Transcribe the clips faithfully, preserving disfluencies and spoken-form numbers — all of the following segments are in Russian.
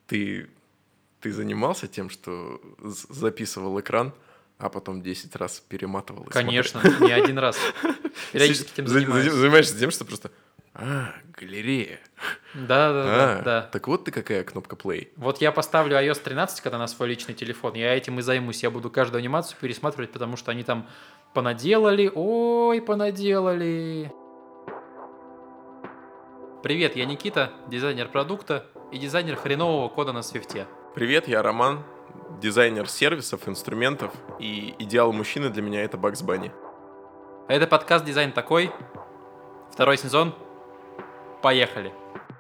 Ты, ты занимался тем, что записывал экран, а потом десять раз перематывал? И Конечно, смотрел? не один раз. Периодически этим занимаюсь. Занимаешься тем, что просто... А, галерея. Да-да-да, А, да. так вот ты какая кнопка play. Вот я поставлю ай о эс тринадцать, когда на свой личный телефон, я этим и займусь. Я буду каждую анимацию пересматривать, потому что они там понаделали, ой, понаделали. Привет, я Никита, дизайнер продукта и дизайнер хренового кода на Свифте. Привет, я Роман, дизайнер сервисов, инструментов, и идеал мужчины для меня — это Бакс Банни. Это подкаст «Дизайн такой». Второй сезон. Поехали.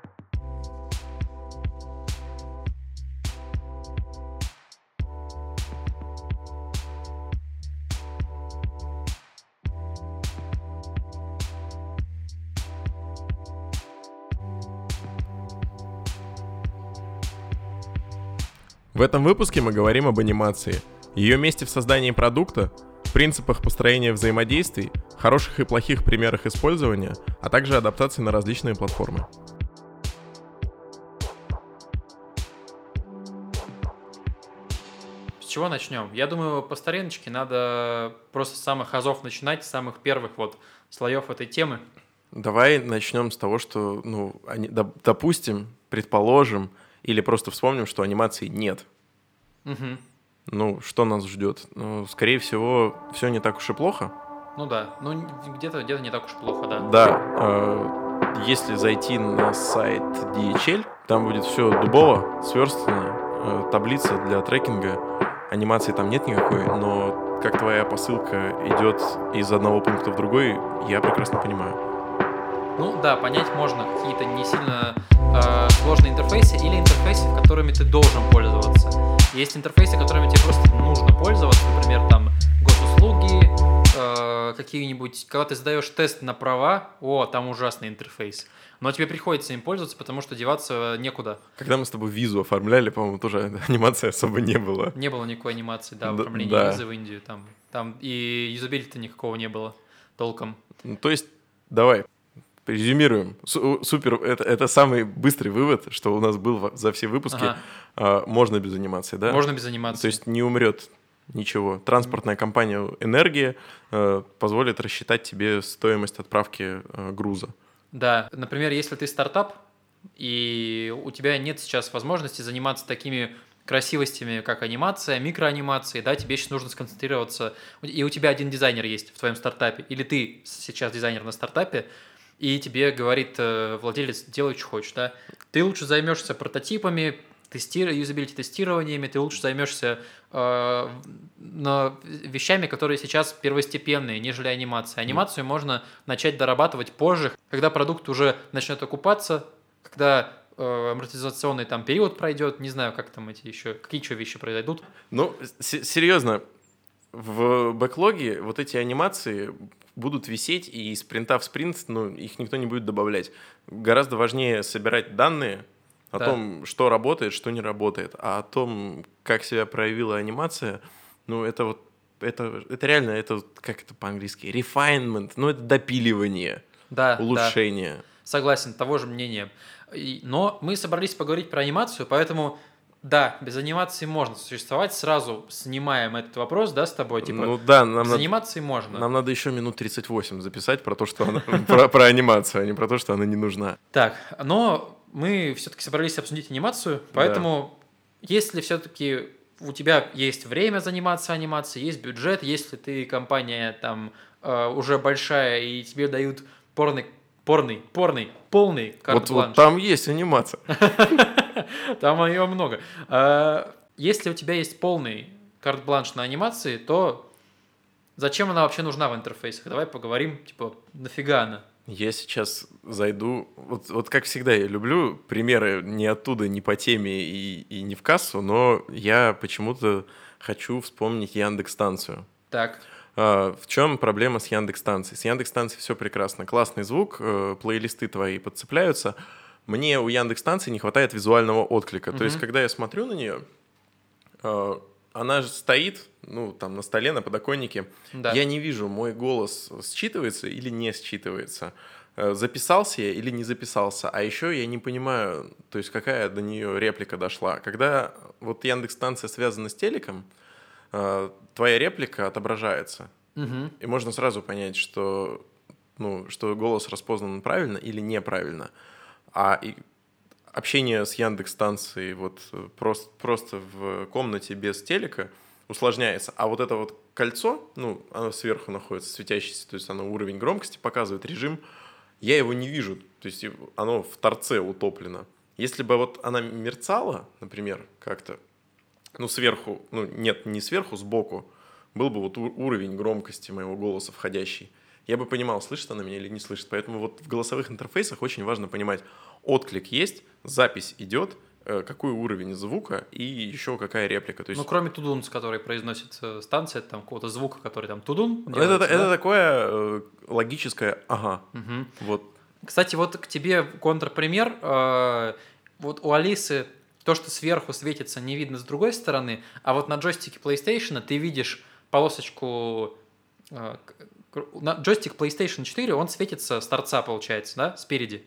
В этом выпуске мы говорим об анимации, ее месте в создании продукта, принципах построения взаимодействий, хороших и плохих примерах использования, а также адаптации на различные платформы. С чего начнем? Я думаю, по стариночке надо просто с самых азов начинать, с самых первых вот слоев этой темы. Давай начнем с того, что, ну, ани- доп- допустим, предположим, или просто вспомним, что анимации нет. Угу. Ну, что нас ждет? Ну, скорее всего, все не так уж и плохо. Ну да, ну где-то где не так уж плохо, да. Да, э, если зайти на сайт ди эйч эл, там будет все дубово, сверстано, э, таблица для трекинга, анимации там нет никакой, но как твоя посылка идет из одного пункта в другой, я прекрасно понимаю. Ну да, понять можно какие-то не сильно э, сложные интерфейсы или интерфейсы, которыми ты должен пользоваться. Есть интерфейсы, которыми тебе просто нужно пользоваться, например, там госуслуги, э, какие-нибудь, когда ты задаешь тест на права, о, там ужасный интерфейс. Но тебе приходится им пользоваться, потому что деваться некуда. Когда мы с тобой визу оформляли, по-моему, тоже анимации особо не было. Не было никакой анимации, да, в Да, оформлении да. визы в Индию. Там, там и юзабилити никакого не было толком. Ну, то есть, давай, резюмируем. Су- Супер, это, это самый быстрый вывод, что у нас был во- за все выпуски. Ага. А, можно без анимации, да? Можно без анимации. То есть не умрет ничего. Транспортная компания «Энергия» э, позволит рассчитать тебе стоимость отправки э, груза. Да, например, если ты стартап, и у тебя нет сейчас возможности заниматься такими красивостями, как анимация, микроанимации, да, тебе сейчас нужно сконцентрироваться, и у тебя один дизайнер есть в твоем стартапе, или ты сейчас дизайнер на стартапе, и тебе говорит э, владелец, делай, что хочешь, да, ты лучше займешься прототипами, тестир... юзабилити-тестированиями, ты лучше займешься э, на вещами, которые сейчас первостепенные, нежели анимация. Анимацию можно начать дорабатывать позже, когда продукт уже начнет окупаться, когда э, амортизационный там период пройдет, не знаю, как там эти еще, какие еще вещи произойдут. Ну, с- серьезно, в бэклоге вот эти анимации будут висеть, и из спринта в спринт, ну, их никто не будет добавлять. Гораздо важнее собирать данные о Да. том, что работает, что не работает, а о том, как себя проявила анимация, ну, это вот, это, это реально, это, как это по-английски, refinement, ну, это допиливание, Да, да. улучшение. Согласен, того же мнения. И- Но мы собрались поговорить про анимацию, поэтому да, без анимации можно существовать. Сразу снимаем этот вопрос, да, с тобой. Типа, Ну да, нам без надо, анимации можно. нам надо еще минут тридцать восемь записать про то, что она, про, про анимацию, а не про то, что она не нужна. Так, но мы все-таки собрались обсудить анимацию, поэтому если все-таки у тебя есть время заниматься анимацией, есть бюджет, если ты компания там э, уже большая и тебе дают порный, порный, порный, полный Вот, карт-бланш. вот там есть анимация. Там ее много. А, Если у тебя есть полный карт-бланш на анимации, то зачем она вообще нужна в интерфейсах? Давай поговорим, типа, нафига она? Я сейчас зайду, вот, вот как всегда я люблю примеры не оттуда, не по теме и, и не в кассу, но я почему-то хочу вспомнить Яндекс.Станцию. Так, А, в чем проблема с Яндекс.Станцией? С Яндекс.Станцией все прекрасно. Классный звук, э, плейлисты твои подцепляются. Мне у Яндекс.Станции не хватает визуального отклика. То есть, Мгм. когда я смотрю на нее, э, она же стоит, ну, там, на столе, на подоконнике. да. Я не вижу, мой голос считывается или не считывается. записался я или не записался. А еще я не понимаю, то есть какая до нее реплика дошла. Когда вот Яндекс.Станция связана с телеком, твоя реплика отображается. Угу. И можно сразу понять, что, ну, что голос распознан правильно или неправильно. А и общение с Яндекс.Станцией вот просто, просто в комнате без телека усложняется. А вот это вот кольцо, ну, оно сверху находится, светящееся, то есть оно уровень громкости показывает, режим, я его не вижу, то есть оно в торце утоплено. Если бы вот она мерцала, например, как-то, ну, сверху, ну, нет, не сверху, сбоку, был бы вот уровень громкости моего голоса входящий, я бы понимал, слышит она меня или не слышит. Поэтому вот в голосовых интерфейсах очень важно понимать, отклик есть, запись идет, какой уровень звука и еще какая реплика. То есть... Ну, кроме тудун, с которой произносит станция, там какого-то звука, который там тудун это, делается, это да? такое э, логическое ага. Угу. Вот. Кстати, вот к тебе контрпример. Э, вот у Алисы то, что сверху светится, не видно с другой стороны, а вот на джойстике PlayStation ты видишь полосочку... Э, на джойстик PlayStation четыре, он светится с торца, получается, да, спереди.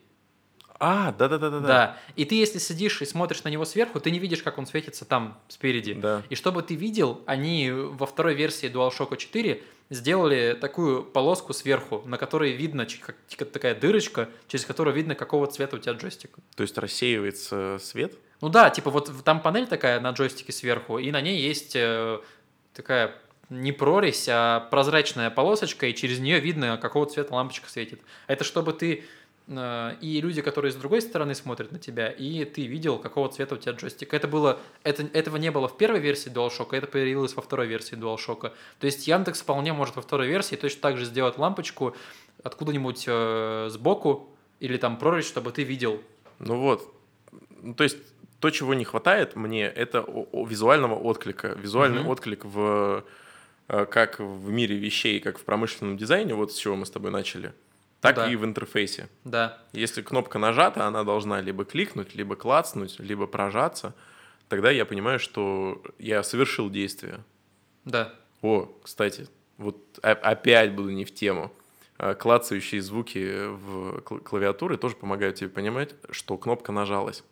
А, да-да-да-да. Да, и ты, если сидишь и смотришь на него сверху, ты не видишь, как он светится там спереди. Да. И чтобы ты видел, они во второй версии DualShock четыре сделали такую полоску сверху, на которой видно как такая дырочка, через которую видно, какого цвета у тебя джойстик. То есть рассеивается свет? Ну да, типа вот там панель такая на джойстике сверху, и на ней есть э, такая не прорезь, а прозрачная полосочка, и через нее видно, какого цвета лампочка светит. Это чтобы ты э, и люди, которые с другой стороны смотрят на тебя, и ты видел, какого цвета у тебя джойстик. Это было, это, этого не было в первой версии DualShock, это появилось во второй версии DualShock. То есть Яндекс вполне может во второй версии точно так же сделать лампочку откуда-нибудь э, сбоку или там прорезь, чтобы ты видел. Ну вот, ну, то есть то, чего не хватает мне, это о- о визуального отклика. Визуальный Мгм. отклик в, э, как в мире вещей, как в промышленном дизайне, вот с чего мы с тобой начали, так Да. и в интерфейсе. Да. Если кнопка нажата, она должна либо кликнуть, либо клацнуть, либо прожаться. Тогда я понимаю, что я совершил действие. Да. О, кстати, вот о- опять буду не в тему. А, Клацающие звуки в кл- клавиатуре тоже помогают тебе понимать, что кнопка нажалась.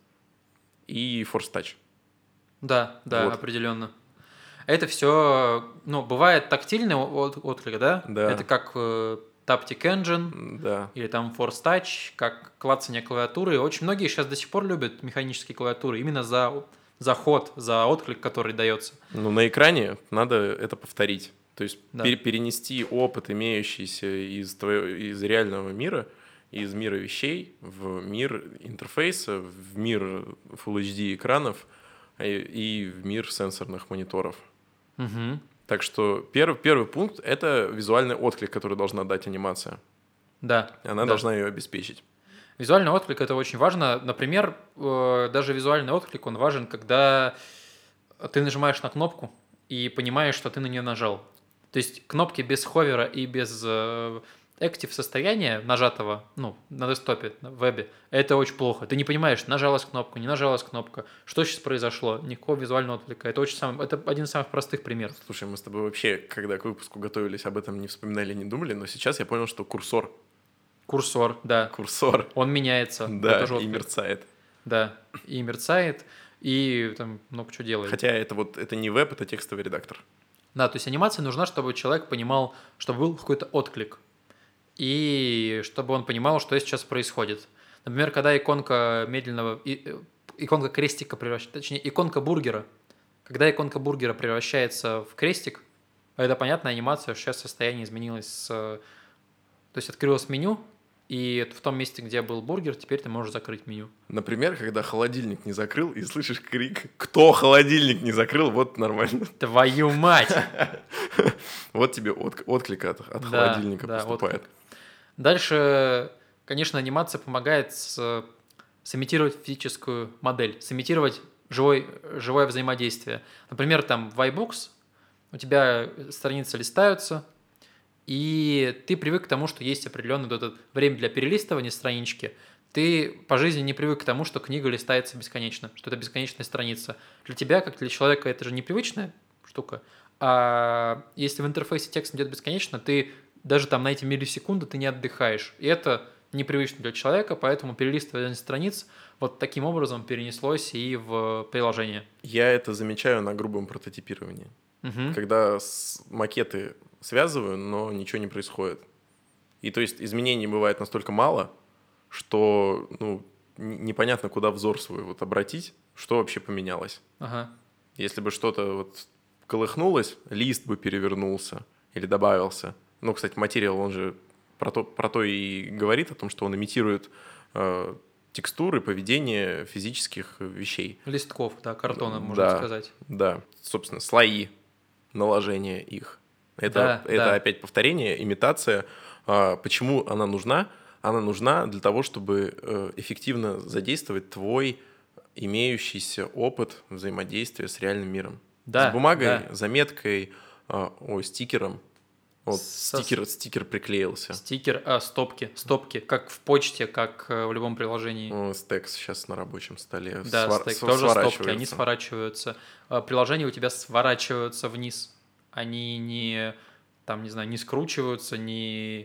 И Force Touch. Да, да, Вот. определенно. Это все, ну, бывает тактильный от- отклик, да? Да. Это как э, Taptic Engine Да. или там Force Touch, как клацание клавиатуры. Очень многие сейчас до сих пор любят механические клавиатуры именно за, за ход, за отклик, который дается. Ну, на экране надо это повторить. То есть Да. пер- перенести опыт, имеющийся из, твоего, из реального мира, из мира вещей в мир интерфейса, в мир Full эйч ди экранов и, и в мир сенсорных мониторов. Угу. Так что первый, первый пункт – это визуальный отклик, который должна дать анимация. Да. Она да. должна ее обеспечить. Визуальный отклик – это очень важно. Например, э, даже визуальный отклик, он важен, когда ты нажимаешь на кнопку и понимаешь, что ты на нее нажал. То есть кнопки без ховера и без э, active состояния нажатого, ну, на десктопе, в вебе, это очень плохо. Ты не понимаешь, нажалась кнопка, не нажалась кнопка, что сейчас произошло, никакого визуального отклика. Это, очень сам, это один из самых простых примеров. Слушай, мы с тобой вообще, когда к выпуску готовились, об этом не вспоминали, не думали, но сейчас я понял, что курсор. Курсор, да. Курсор. Он меняется. Да, Это тоже и отклик. мерцает. Да, и мерцает, и там много чего делает. Хотя это вот это не веб, это текстовый редактор. Да, то есть анимация нужна, чтобы человек понимал, чтобы был какой-то отклик. И чтобы он понимал, что сейчас происходит. Например, когда иконка медленного... и- Иконка крестика превращается... Точнее, иконка бургера. Когда иконка бургера превращается в крестик, это понятная анимация, что сейчас состояние изменилось с... То есть открылось меню, и в том месте, где был бургер, теперь ты можешь закрыть меню. Например, когда холодильник не закрыл, и слышишь крик «Кто холодильник не закрыл?» Вот нормально. Твою мать! Вот тебе от- отклик от, от Да, холодильника да, поступает. отклик. Дальше, конечно, анимация помогает с, сымитировать физическую модель, сымитировать живой, живое взаимодействие. Например, там в iBooks у тебя страницы листаются, и ты привык к тому, что есть определенное вот это время для перелистывания странички. Ты по жизни не привык к тому, что книга листается бесконечно, что это бесконечная страница. Для тебя, как для человека, это же непривычная штука. А если в интерфейсе текст идет бесконечно, ты даже там на эти миллисекунды ты не отдыхаешь. И это непривычно для человека, поэтому перелистывание страниц вот таким образом перенеслось и в приложение. Я это замечаю на грубом прототипировании. Угу. Когда с- макеты связываю, но ничего не происходит. И то есть изменений бывает настолько мало, что ну, н- непонятно, куда взор свой вот обратить, что вообще поменялось. Ага. Если бы что-то вот колыхнулось, лист бы перевернулся или добавился. Ну, кстати, материал, он же про то, про то и говорит, о том, что он имитирует э, текстуры, поведение физических вещей. Листков, да, картона, можно Да, сказать. Да, собственно, слои наложения их. Это, Да, это да. опять повторение, имитация. А, почему она нужна? Она нужна для того, чтобы э, эффективно задействовать твой имеющийся опыт взаимодействия с реальным миром. Да, С бумагой, да. заметкой, а, ой, стикером. Вот Со- стикер, стикер приклеился. Стикер, а, стопки, стопки, как в почте, как э, в любом приложении. Ну, Стекс сейчас на рабочем столе Да, свар- стек, св- тоже стопки, они сворачивается. сворачиваются. А, Приложения у тебя сворачиваются вниз. Они не, там, не знаю, не скручиваются, не,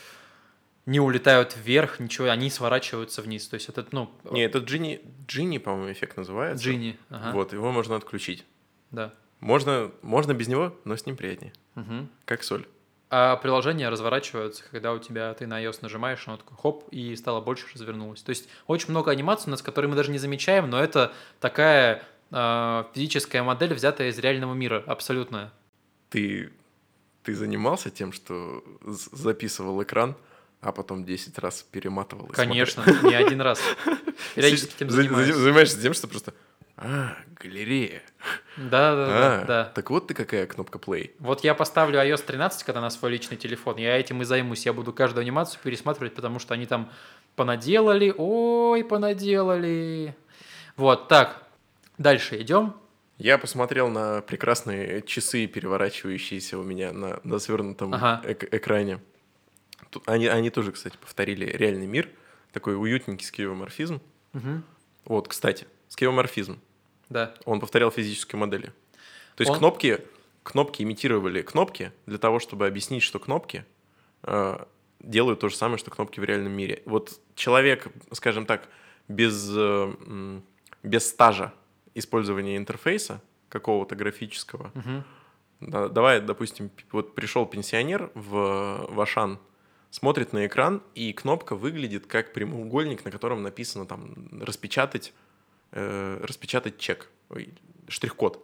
не улетают вверх, ничего, они сворачиваются вниз. То есть это, ну, Не, это Джинни, Джинни, по-моему, эффект называется. Джинни. Ага, Вот, его можно отключить. да. Можно, можно без него, но с ним приятнее. Мгм. Как соль. А приложения разворачиваются, когда у тебя ты на iOS нажимаешь, оно такое хоп, и стало больше развернулось. То есть очень много анимаций у нас, которые мы даже не замечаем, но это такая э, физическая модель, взятая из реального мира, абсолютно. Ты, ты занимался тем, что з- записывал экран, а потом десять раз перематывал и Конечно, смотрел? не один раз. Периодически этим За- за- занимаюсь. Занимаешься тем, что просто... А, галерея. Да, да, да, А, да. так вот ты какая кнопка play. Вот я поставлю iOS тринадцать, когда на свой личный телефон, я этим и займусь. Я буду каждую анимацию пересматривать, потому что они там понаделали, ой, понаделали. Вот, так, дальше идем. Я посмотрел на прекрасные часы, переворачивающиеся у меня на, на свернутом Ага. эк- экране. Тут они, они тоже, кстати, повторили реальный мир. Такой уютненький скеоморфизм. Мгм. Вот, кстати, скеоморфизм. Да. Он повторял физические модели. То есть Он- кнопки, кнопки имитировали кнопки для того, чтобы объяснить, что кнопки э, делают то же самое, что кнопки в реальном мире. Вот человек, скажем так, без, э, м, без стажа использования интерфейса какого-то графического, Мгм. да, давай, допустим, п- вот пришел пенсионер в, в Ашан, смотрит на экран, и кнопка выглядит как прямоугольник, на котором написано там распечатать, э, распечатать чек, ой, штрих-код.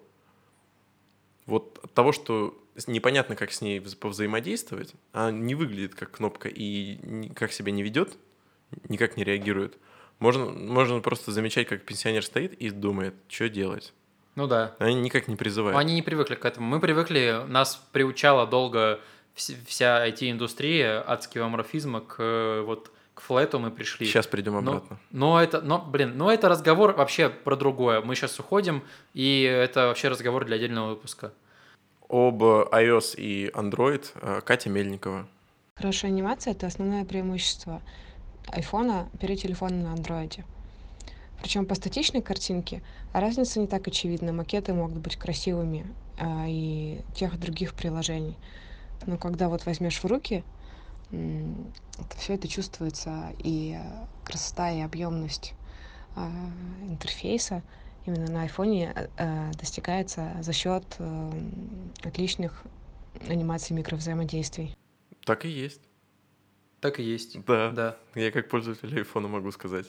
Вот от того, что с- непонятно, как с ней вз- повзаимодействовать, она не выглядит как кнопка и никак себя не ведет, никак не реагирует. Можно, можно просто замечать, как пенсионер стоит и думает, что делать. Ну да. Они никак не призывают. Они не привыкли к этому. Мы привыкли, нас приучала долго вс- вся ай ти-индустрия от скеоморфизма к э, вот к флету мы пришли. Сейчас придем Но, обратно. но это, но, блин, но это разговор вообще про другое. Мы сейчас уходим, и это вообще разговор для отдельного выпуска. Об iOS и Android э, Катя Мельникова. Хорошая анимация — это основное преимущество айфона перед телефоном на андроиде. Причем по статичной картинке разница не так очевидна. Макеты могут быть красивыми а, и тех и других приложений. Но когда вот возьмешь в руки, м, это все это чувствуется, и э, красота, и объемность а, интерфейса именно на айфоне э, э, достигается за счет э, отличных анимаций микровзаимодействий. Так и есть. Так и есть. Да. Да. Я как пользователь айфона могу сказать.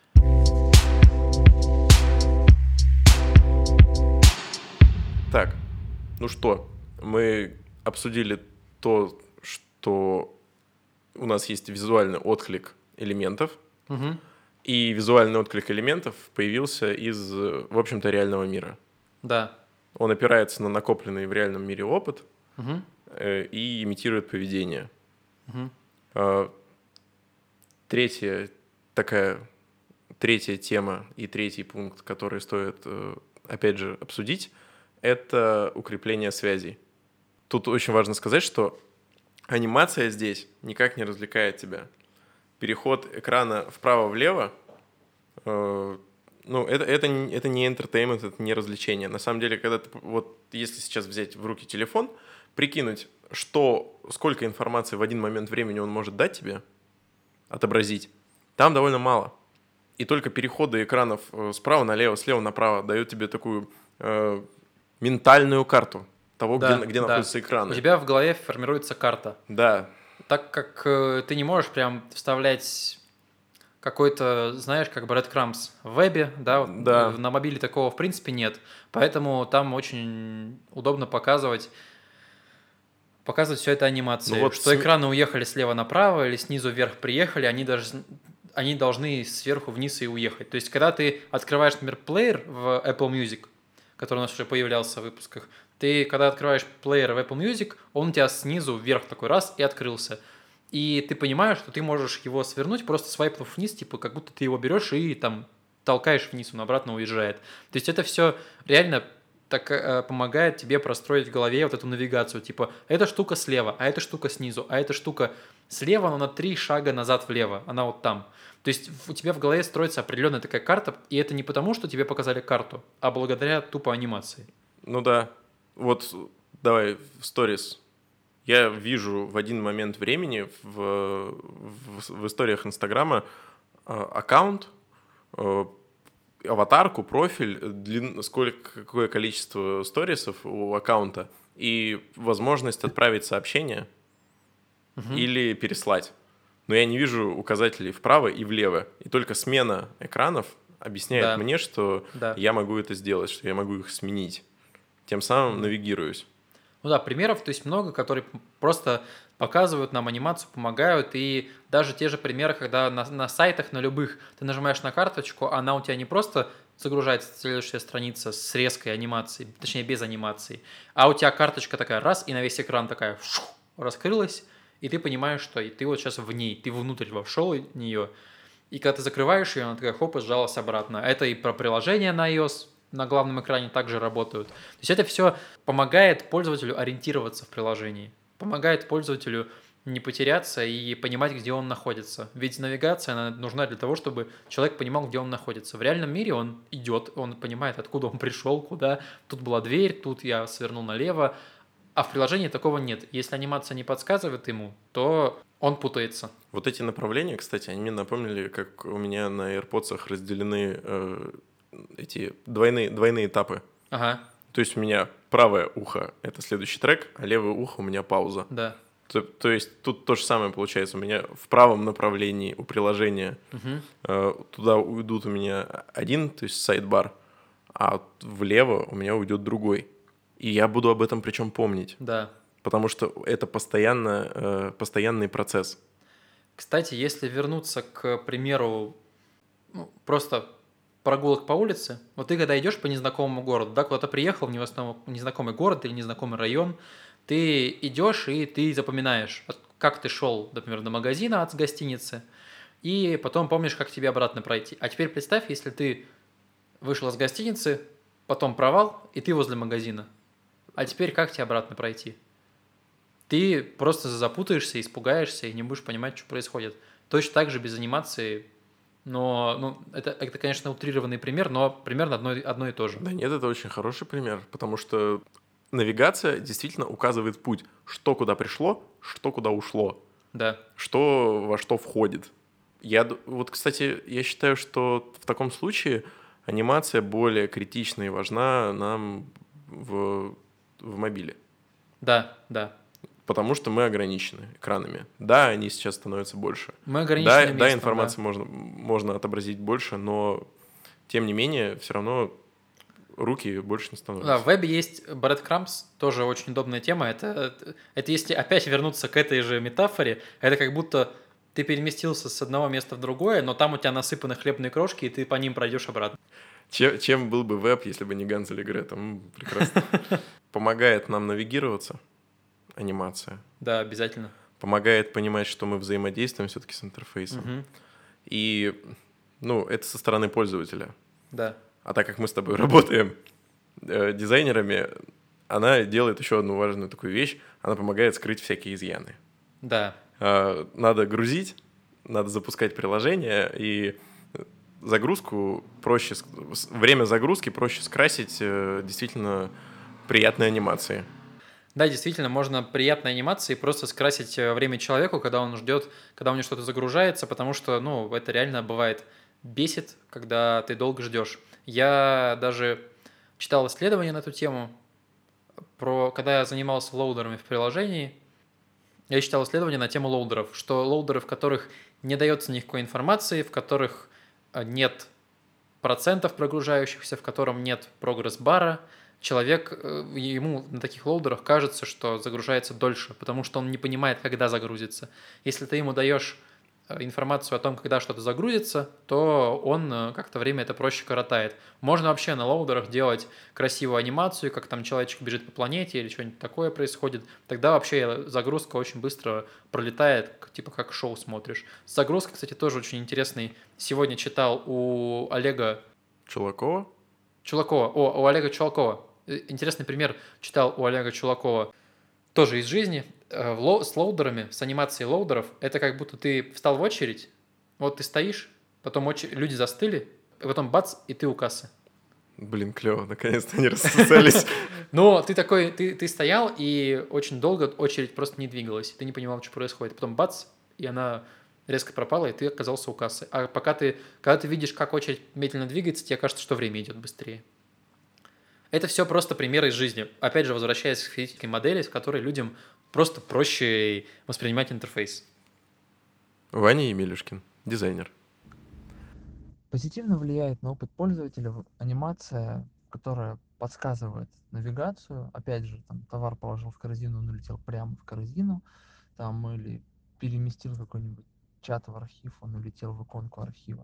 Так, ну что, мы обсудили то, что у нас есть визуальный отклик элементов, Мгм. и визуальный отклик элементов появился из, э, в общем-то, реального мира. Да. Он опирается на накопленный в реальном мире опыт Мгм. э, и имитирует поведение. Мгм. А, Третья такая, третья тема и третий пункт, который стоит, э, опять же, обсудить, это укрепление связей. Тут очень важно сказать, что анимация здесь никак не развлекает тебя. Переход экрана вправо-влево, э, ну, это, это, не- это не entertainment, это не развлечение. На самом деле, когда ты, вот если сейчас взять в руки телефон, прикинуть, что, сколько информации в один момент времени он может дать тебе, отобразить. Там довольно мало. И только переходы экранов справа налево, слева направо дают тебе такую э, ментальную карту того, Да, где, где да. находятся экраны. У тебя в голове формируется карта. Да. Так как э, ты не можешь прям вставлять какой-то, знаешь, как breadcrumbs в вебе, да, вот, Да. э, на мобиле такого в принципе нет. Поэтому там очень удобно показывать, показывать все это анимацией. Ну вот что см- экраны уехали слева направо или снизу вверх приехали, они даже они должны сверху вниз и уехать. То есть, когда ты открываешь, например, плеер в Apple Music, который у нас уже появлялся в выпусках, ты, когда открываешь плеер в Apple Music, он у тебя снизу вверх такой раз и открылся. И ты понимаешь, что ты можешь его свернуть, просто свайпнув вниз, типа, как будто ты его берешь и там толкаешь вниз, он обратно уезжает. То есть это все реально так э, помогает тебе простроить в голове вот эту навигацию. Типа, эта штука слева, а эта штука снизу, а эта штука слева, но на три шага назад влево, она вот там. То есть у тебя в голове строится определенная такая карта, и это не потому, что тебе показали карту, а благодаря тупо анимации. Ну да. Вот давай в сторис. Я вижу в один момент времени в, в, в историях Инстаграма э, аккаунт, э, аватарку, профиль, длин, сколько, какое количество сторисов у аккаунта и возможность отправить сообщение угу. или переслать. Но я не вижу указателей вправо и влево. И только смена экранов объясняет да. мне, что да. я могу это сделать, что я могу их сменить. Тем самым mm. навигируюсь. Ну да, примеров то есть много, которые просто показывают нам анимацию, помогают. И даже те же примеры, когда на, на сайтах, на любых, ты нажимаешь на карточку, она у тебя не просто загружается следующая страница с резкой анимацией, точнее без анимации, а у тебя карточка такая раз, и на весь экран такая фу, раскрылась, и ты понимаешь, что и ты вот сейчас в ней, ты внутрь вошел в нее, и когда ты закрываешь ее, она такая хоп, и сжалась обратно. Это и про приложение на iOS, на главном экране также работают. То есть это все помогает пользователю ориентироваться в приложении, помогает пользователю не потеряться и понимать, где он находится. Ведь навигация она нужна для того, чтобы человек понимал, где он находится. В реальном мире он идет, он понимает, откуда он пришел, куда. Тут была дверь, тут я свернул налево. А в приложении такого нет. Если анимация не подсказывает ему, то он путается. Вот эти направления, кстати, они мне напомнили, как у меня на AirPods разделены э, эти двойные, двойные этапы. Ага. То есть у меня правое ухо — это следующий трек, а левое ухо у меня пауза. Да. То, то есть тут то же самое получается. У меня в правом направлении у приложения угу. э, туда уйдут у меня один, то есть сайдбар, а влево у меня уйдет другой. И я буду об этом причем помнить. Да. Потому что это постоянно, э, постоянный процесс. Кстати, если вернуться к примеру ну, просто прогулок по улице, вот ты когда идешь по незнакомому городу, да, куда-то приехал в незнакомый город или незнакомый район, ты идешь и ты запоминаешь, как ты шел, например, до магазина от гостиницы, и потом помнишь, как тебе обратно пройти. А теперь представь, если ты вышел из гостиницы, потом провал, и ты возле магазина. А теперь как тебе обратно пройти? Ты просто запутаешься, испугаешься и не будешь понимать, что происходит. Точно так же без анимации, но ну, это, это, конечно, утрированный пример, но примерно одно, одно и то же. Да нет, это очень хороший пример, потому что навигация действительно указывает путь, что куда пришло, что куда ушло, да. что во что входит. Я, вот, кстати, я считаю, что в таком случае анимация более критична и важна нам в, в мобиле. Да, да. Потому что мы ограничены экранами. Да, они сейчас становятся больше. Мы ограничены да, местом, да, информации да. Можно, можно отобразить больше, но тем не менее все равно руки больше не становятся. Да, в вебе есть breadcrumbs, тоже очень удобная тема. Это, это если опять вернуться к этой же метафоре, это как будто ты переместился с одного места в другое, но там у тебя насыпаны хлебные крошки, и ты по ним пройдешь обратно. Чем, чем был бы веб, если бы не Ганзель и Гретта? Прекрасно. Помогает нам навигироваться. Анимация. Да, обязательно. Помогает понимать, что мы взаимодействуем все-таки с интерфейсом. Угу. И, ну, это со стороны пользователя. Да. А так как мы с тобой работаем э, дизайнерами, она делает еще одну важную такую вещь. Она помогает скрыть всякие изъяны. Да. Э, надо грузить, надо запускать приложение, и загрузку проще, время загрузки проще скрасить э, действительно приятной анимацией. Да, действительно, можно приятной анимацией просто скрасить э, время человеку, когда он ждет, когда у него что-то загружается, потому что, ну, это реально бывает бесит, когда ты долго ждешь. Я даже читал исследования на эту тему, про, когда я занимался лоудерами в приложении, я читал исследования на тему лоудеров, что лоудеры, в которых не дается никакой информации, в которых э, нет процентов прогружающихся, в котором нет прогресс-бара, человек, э, ему на таких лоудерах кажется, что загружается дольше, потому что он не понимает, когда загрузится. Если ты ему даешь э, информацию о том, когда что-то загрузится, то он э, как-то время это проще коротает. Можно вообще на лоудерах делать красивую анимацию, как там человечек бежит по планете или что-нибудь такое происходит. Тогда вообще загрузка очень быстро пролетает, к- типа как шоу смотришь. С загрузкой, кстати, тоже очень интересный. Сегодня читал у Олега Чулакова? Чулакова, о, у Олега Чулакова. Э, Интересный пример читал у Олега Чулакова. Тоже из жизни. Э, в ло- С лоудерами, с анимацией лоудеров, это как будто ты встал в очередь, вот ты стоишь, потом оче- люди застыли, и потом бац, и ты у кассы. Блин, клево, наконец-то они рассосались. Но ты такой, ты, ты стоял, и очень долго очередь просто не двигалась, ты не понимал, что происходит. Потом бац, и она резко пропала, и ты оказался у кассы. А пока ты, когда ты видишь, как очередь медленно двигается, тебе кажется, что время идет быстрее. Это все просто примеры из жизни. Опять же, возвращаясь к физической модели, в которой людям просто проще воспринимать интерфейс. Ваня Емелюшкин, дизайнер. Позитивно влияет на опыт пользователя в- анимация, которая подсказывает навигацию. Опять же, там товар положил в корзину, он улетел прямо в корзину. Там или переместил какой-нибудь чат в архив, он улетел в иконку архива.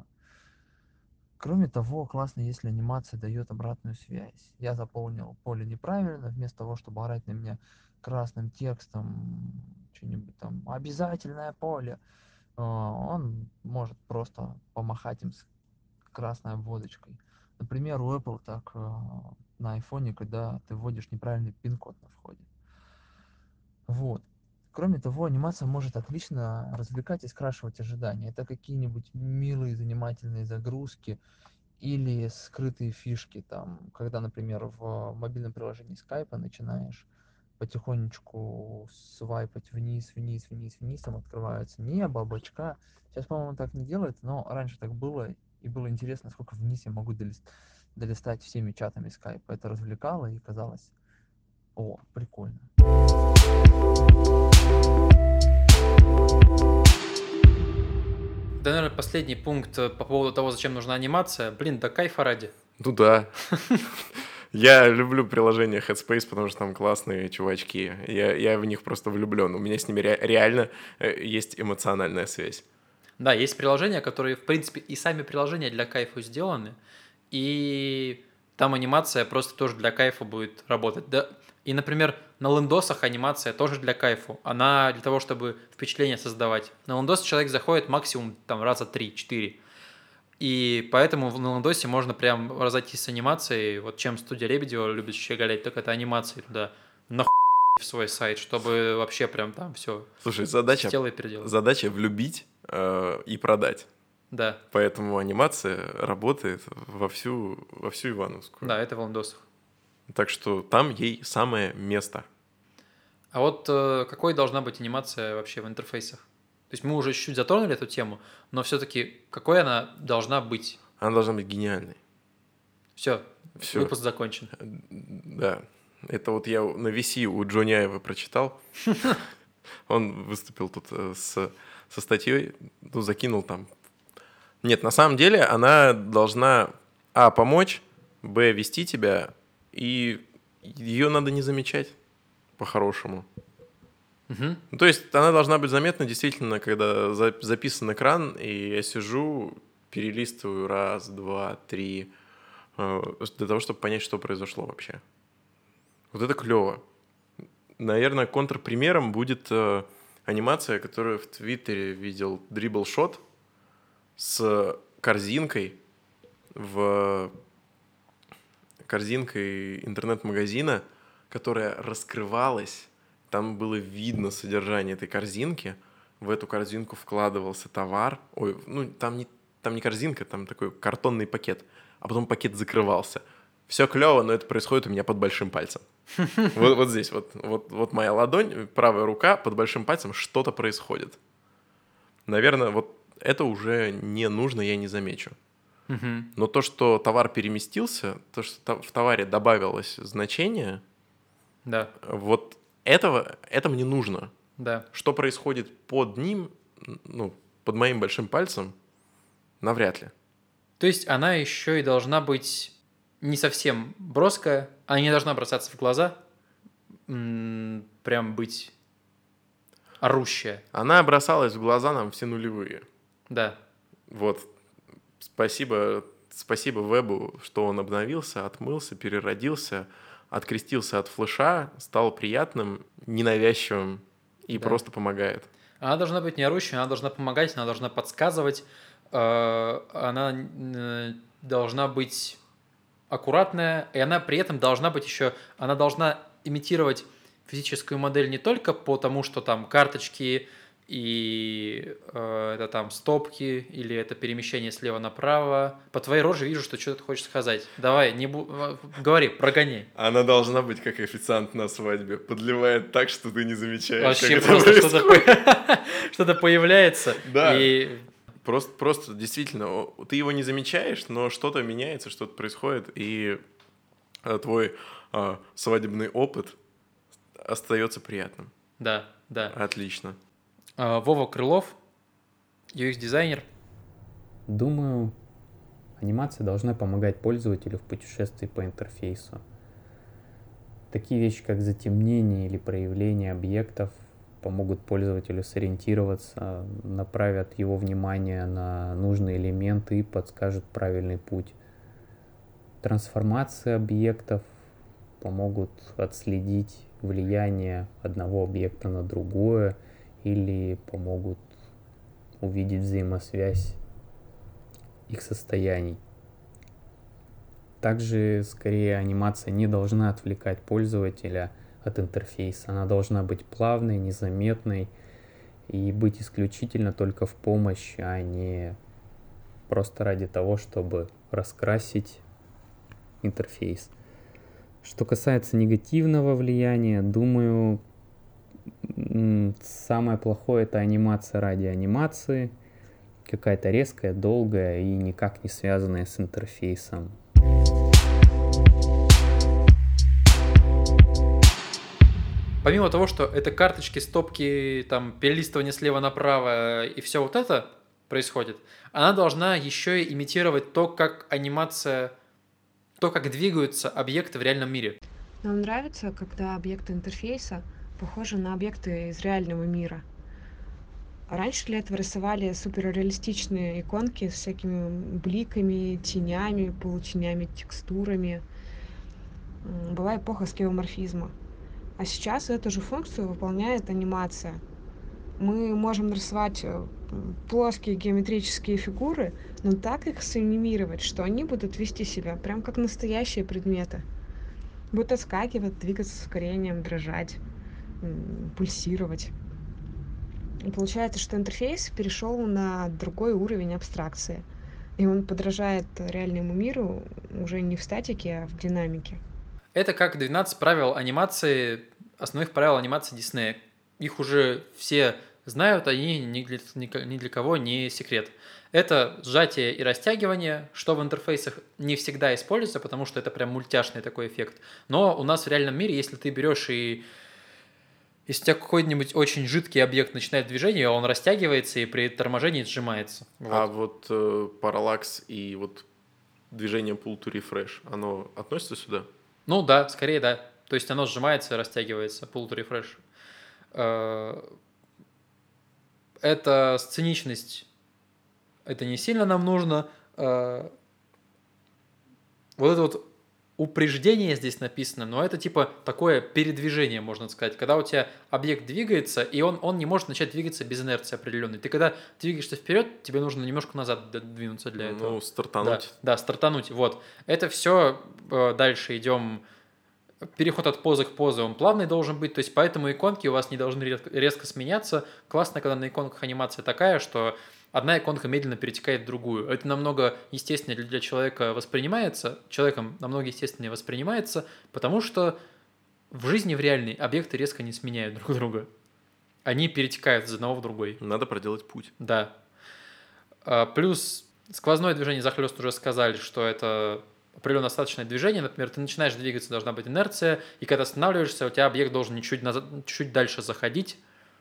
Кроме того, классно, если анимация дает обратную связь. Я заполнил поле неправильно, вместо того, чтобы орать на меня красным текстом, что-нибудь там, обязательное поле, а, он может просто помахать им с красной обводочкой. Например, у Apple так а, на айфоне, когда ты вводишь неправильный пин-код на входе. Вот. Кроме того, анимация может отлично развлекать и скрашивать ожидания. Это какие-нибудь милые, занимательные загрузки или скрытые фишки, там, когда, например, в мобильном приложении скайпа начинаешь потихонечку свайпать вниз, вниз, вниз, вниз, там открывается небо, облачка. Сейчас, по-моему, так не делает, но раньше так было, и было интересно, сколько вниз я могу долист- долистать всеми чатами скайпа. Это развлекало и казалось, о, прикольно. Да, наверное, последний пункт э, по поводу того, зачем нужна анимация. Блин, да кайфа ради. Ну да. Я люблю приложение Headspace, потому что там классные чувачки. Я, я в них просто влюблен. У меня с ними ре- реально э, есть эмоциональная связь. Да, есть приложения, которые, в принципе, и сами приложения для кайфа сделаны, и там анимация просто тоже для кайфа будет работать. Да, и, например, на лендосах анимация тоже для кайфа. Она для того, чтобы впечатление создавать. На лендос человек заходит максимум там раза три-четыре. И поэтому в- на лендосе можно прям разойтись с анимацией. Вот чем студия Лебедева любит щеголять, так это анимации туда нахуй в свой сайт, чтобы вообще прям там все Слушай, задача, сделай и переделай. задача влюбить э, и продать. Да, Поэтому анимация работает во всю, во всю Ивановскую. да, это в лендосах. Так что там ей самое место. А вот э, какой должна быть анимация вообще в интерфейсах? То есть мы уже чуть-чуть затронули эту тему, но все-таки какой она должна быть? Она должна быть гениальной. Все, Всё. выпуск закончен. Да. Это вот я на ви си у Джоняева прочитал. Он выступил тут э, с, со статьей, ну, закинул там. Нет, на самом деле она должна, а, помочь, б, вести тебя, и ее надо не замечать по-хорошему. Мгм. Ну, то есть она должна быть заметна действительно, когда за- записан экран, и я сижу, перелистываю раз, два, три, э, для того, чтобы понять, что произошло вообще. Вот это клево. Наверное, контрпримером будет э, анимация, которую в Твиттере видел Dribble Shot с корзинкой в корзинкой интернет-магазина, которая раскрывалась. Там было видно содержание этой корзинки. В эту корзинку вкладывался товар. Ой, ну там не, там не корзинка, там такой картонный пакет. А потом пакет закрывался. все клево, но это происходит у меня под большим пальцем. Вот, вот здесь, вот, вот, вот моя ладонь, правая рука, под большим пальцем что-то происходит. Наверное, вот это уже не нужно, я не замечу. Угу. Но то, что товар переместился, то, что в товаре добавилось значение, Да. вот этого, это мне нужно. Да. Что происходит под ним, ну, под моим большим пальцем, навряд ли. То есть она еще и должна быть не совсем броская, она не должна бросаться в глаза, м, прям быть орущая. Она бросалась в глаза нам все нулевые. Да. Вот. Спасибо, спасибо вебу, что он обновился, отмылся, переродился, открестился от флеша, стал приятным, ненавязчивым и Да. просто помогает. Она должна быть не орущей, она должна помогать, она должна подсказывать, э, она э, должна быть аккуратная, и она при этом должна быть еще, она должна имитировать физическую модель не только по тому, что там карточки и э, это там стопки или это перемещение слева направо. По твоей роже вижу, что что-то ты хочешь сказать. Давай, не бу... говори, прогони. Она должна быть как официант на свадьбе. Подливает так, что ты не замечаешь, Вообще как это просто что-то, происходит. по- что-то появляется. Да. И Просто, просто действительно, о, ты его не замечаешь, но что-то меняется, что-то происходит, и э, твой э, свадебный опыт остается приятным. да, да. Отлично. А, Вова Крылов, ю экс-дизайнер. Думаю, анимация должна помогать пользователю в путешествии по интерфейсу. Такие вещи, как затемнение или проявление объектов, помогут пользователю сориентироваться, направят его внимание на нужные элементы и подскажут правильный путь. Трансформации объектов помогут отследить влияние одного объекта на другое или помогут увидеть взаимосвязь их состояний. Также, скорее, анимация не должна отвлекать пользователя от интерфейса. Она должна быть плавной, незаметной и быть исключительно только в помощь, а не просто ради того, чтобы раскрасить интерфейс. Что касается негативного влияния, думаю, м, самое плохое — это анимация ради анимации, какая-то резкая, долгая и никак не связанная с интерфейсом. Помимо того, что это карточки, стопки, там, перелистывание слева направо и все вот это происходит, она должна еще и имитировать то, как анимация, то, как двигаются объекты в реальном мире. Нам нравится, когда объекты интерфейса похожи на объекты из реального мира. Раньше для этого рисовали суперреалистичные иконки с всякими бликами, тенями, полутенями, текстурами. М, Была эпоха скеоморфизма. А сейчас эту же функцию выполняет анимация. Мы можем нарисовать э, м, плоские геометрические фигуры, но так их санимировать, что они будут вести себя прям как настоящие предметы. Будут отскакивать, двигаться с ускорением, дрожать, м, пульсировать. И получается, что интерфейс перешел на другой уровень абстракции. И он подражает реальному миру уже не в статике, а в динамике. Это как двенадцать правил анимации, основных правил анимации Диснея. Их уже все знают, они ни для, ни для кого не секрет. Это сжатие и растягивание, что в интерфейсах не всегда используется, потому что это прям мультяшный такой эффект. Но у нас в реальном мире, если ты берешь и если у тебя какой-нибудь очень жидкий объект начинает движение, он растягивается и при торможении сжимается. Вот. А вот э, параллакс и вот движение pull to refresh, оно относится сюда? Ну да, скорее да. То есть оно сжимается и растягивается, pull to refresh. Э, Это сценичность. Это не сильно нам нужно. Э, Вот это вот упреждение здесь написано, но это типа такое передвижение, можно сказать. Когда у тебя объект двигается, и он, он не может начать двигаться без инерции определенной. Ты когда двигаешься вперед, тебе нужно немножко назад двинуться для этого. Ну, стартануть. Да, да, стартануть. Вот. Это все дальше идем. Переход от позы к позе, он плавный должен быть, то есть поэтому иконки у вас не должны резко, резко сменяться. Классно, когда на иконках анимация такая, что одна иконка медленно перетекает в другую. Это намного естественнее для человека воспринимается, человеком намного естественнее воспринимается, потому что в жизни, в реальной, объекты резко не сменяют друг друга. Они перетекают из одного в другой. Надо проделать путь. Да. А, плюс сквозное движение захлёст уже сказали, что это определенно остаточное движение. Например, ты начинаешь двигаться, должна быть инерция, и когда останавливаешься, у тебя объект должен чуть, назад, чуть дальше заходить.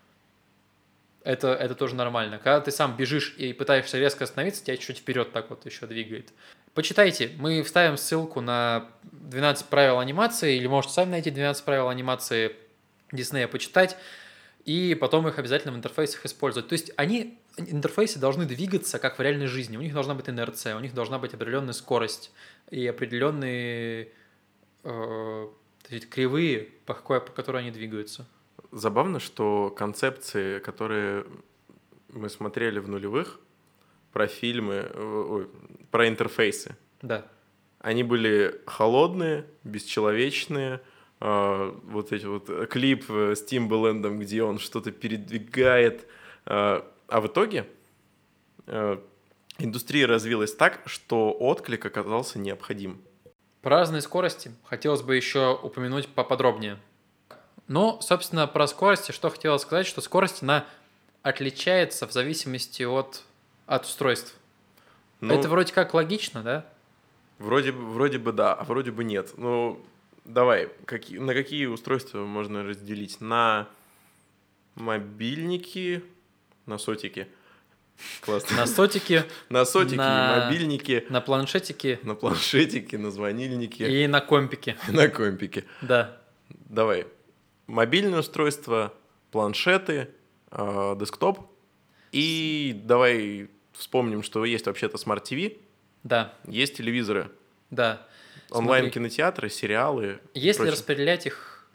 Это, это тоже нормально. Когда ты сам бежишь и пытаешься резко остановиться, тебя чуть вперед так вот еще двигает. Почитайте, мы вставим ссылку на двенадцать правил анимации, или можете сами найти двенадцать правил анимации Диснея, почитать, и потом их обязательно в интерфейсах использовать. То есть они, интерфейсы должны двигаться, как в реальной жизни. У них должна быть инерция, у них должна быть определенная скорость и определенные э, кривые, по, какой, по которой они двигаются. Забавно, что концепции, которые мы смотрели в нулевых, про фильмы, ой, про интерфейсы, да. Они были холодные, бесчеловечные. Э, вот эти вот клип с Тимбалендом, где он что-то передвигает. Э, а в итоге э, индустрия развилась так, что отклик оказался необходим. Про разные скорости хотелось бы еще упомянуть поподробнее. Но, собственно, про скорости, что хотелось сказать, что скорость, она отличается в зависимости от, от устройств. Ну, это вроде как логично, да? Вроде, вроде бы да, а вроде бы нет. Ну, давай, какие, на какие устройства можно разделить? На мобильники, на сотики. Классно. На сотики. На сотики, на... мобильники. На планшетики. На планшетики, на звонильники. И на компике. На компике. Да. Давай. Мобильные устройства, планшеты, э, десктоп. И давай вспомним, что есть вообще-то смарт-ти ви. Да. Есть телевизоры. Да. Онлайн-кинотеатры, сериалы. Если прочее. распределять их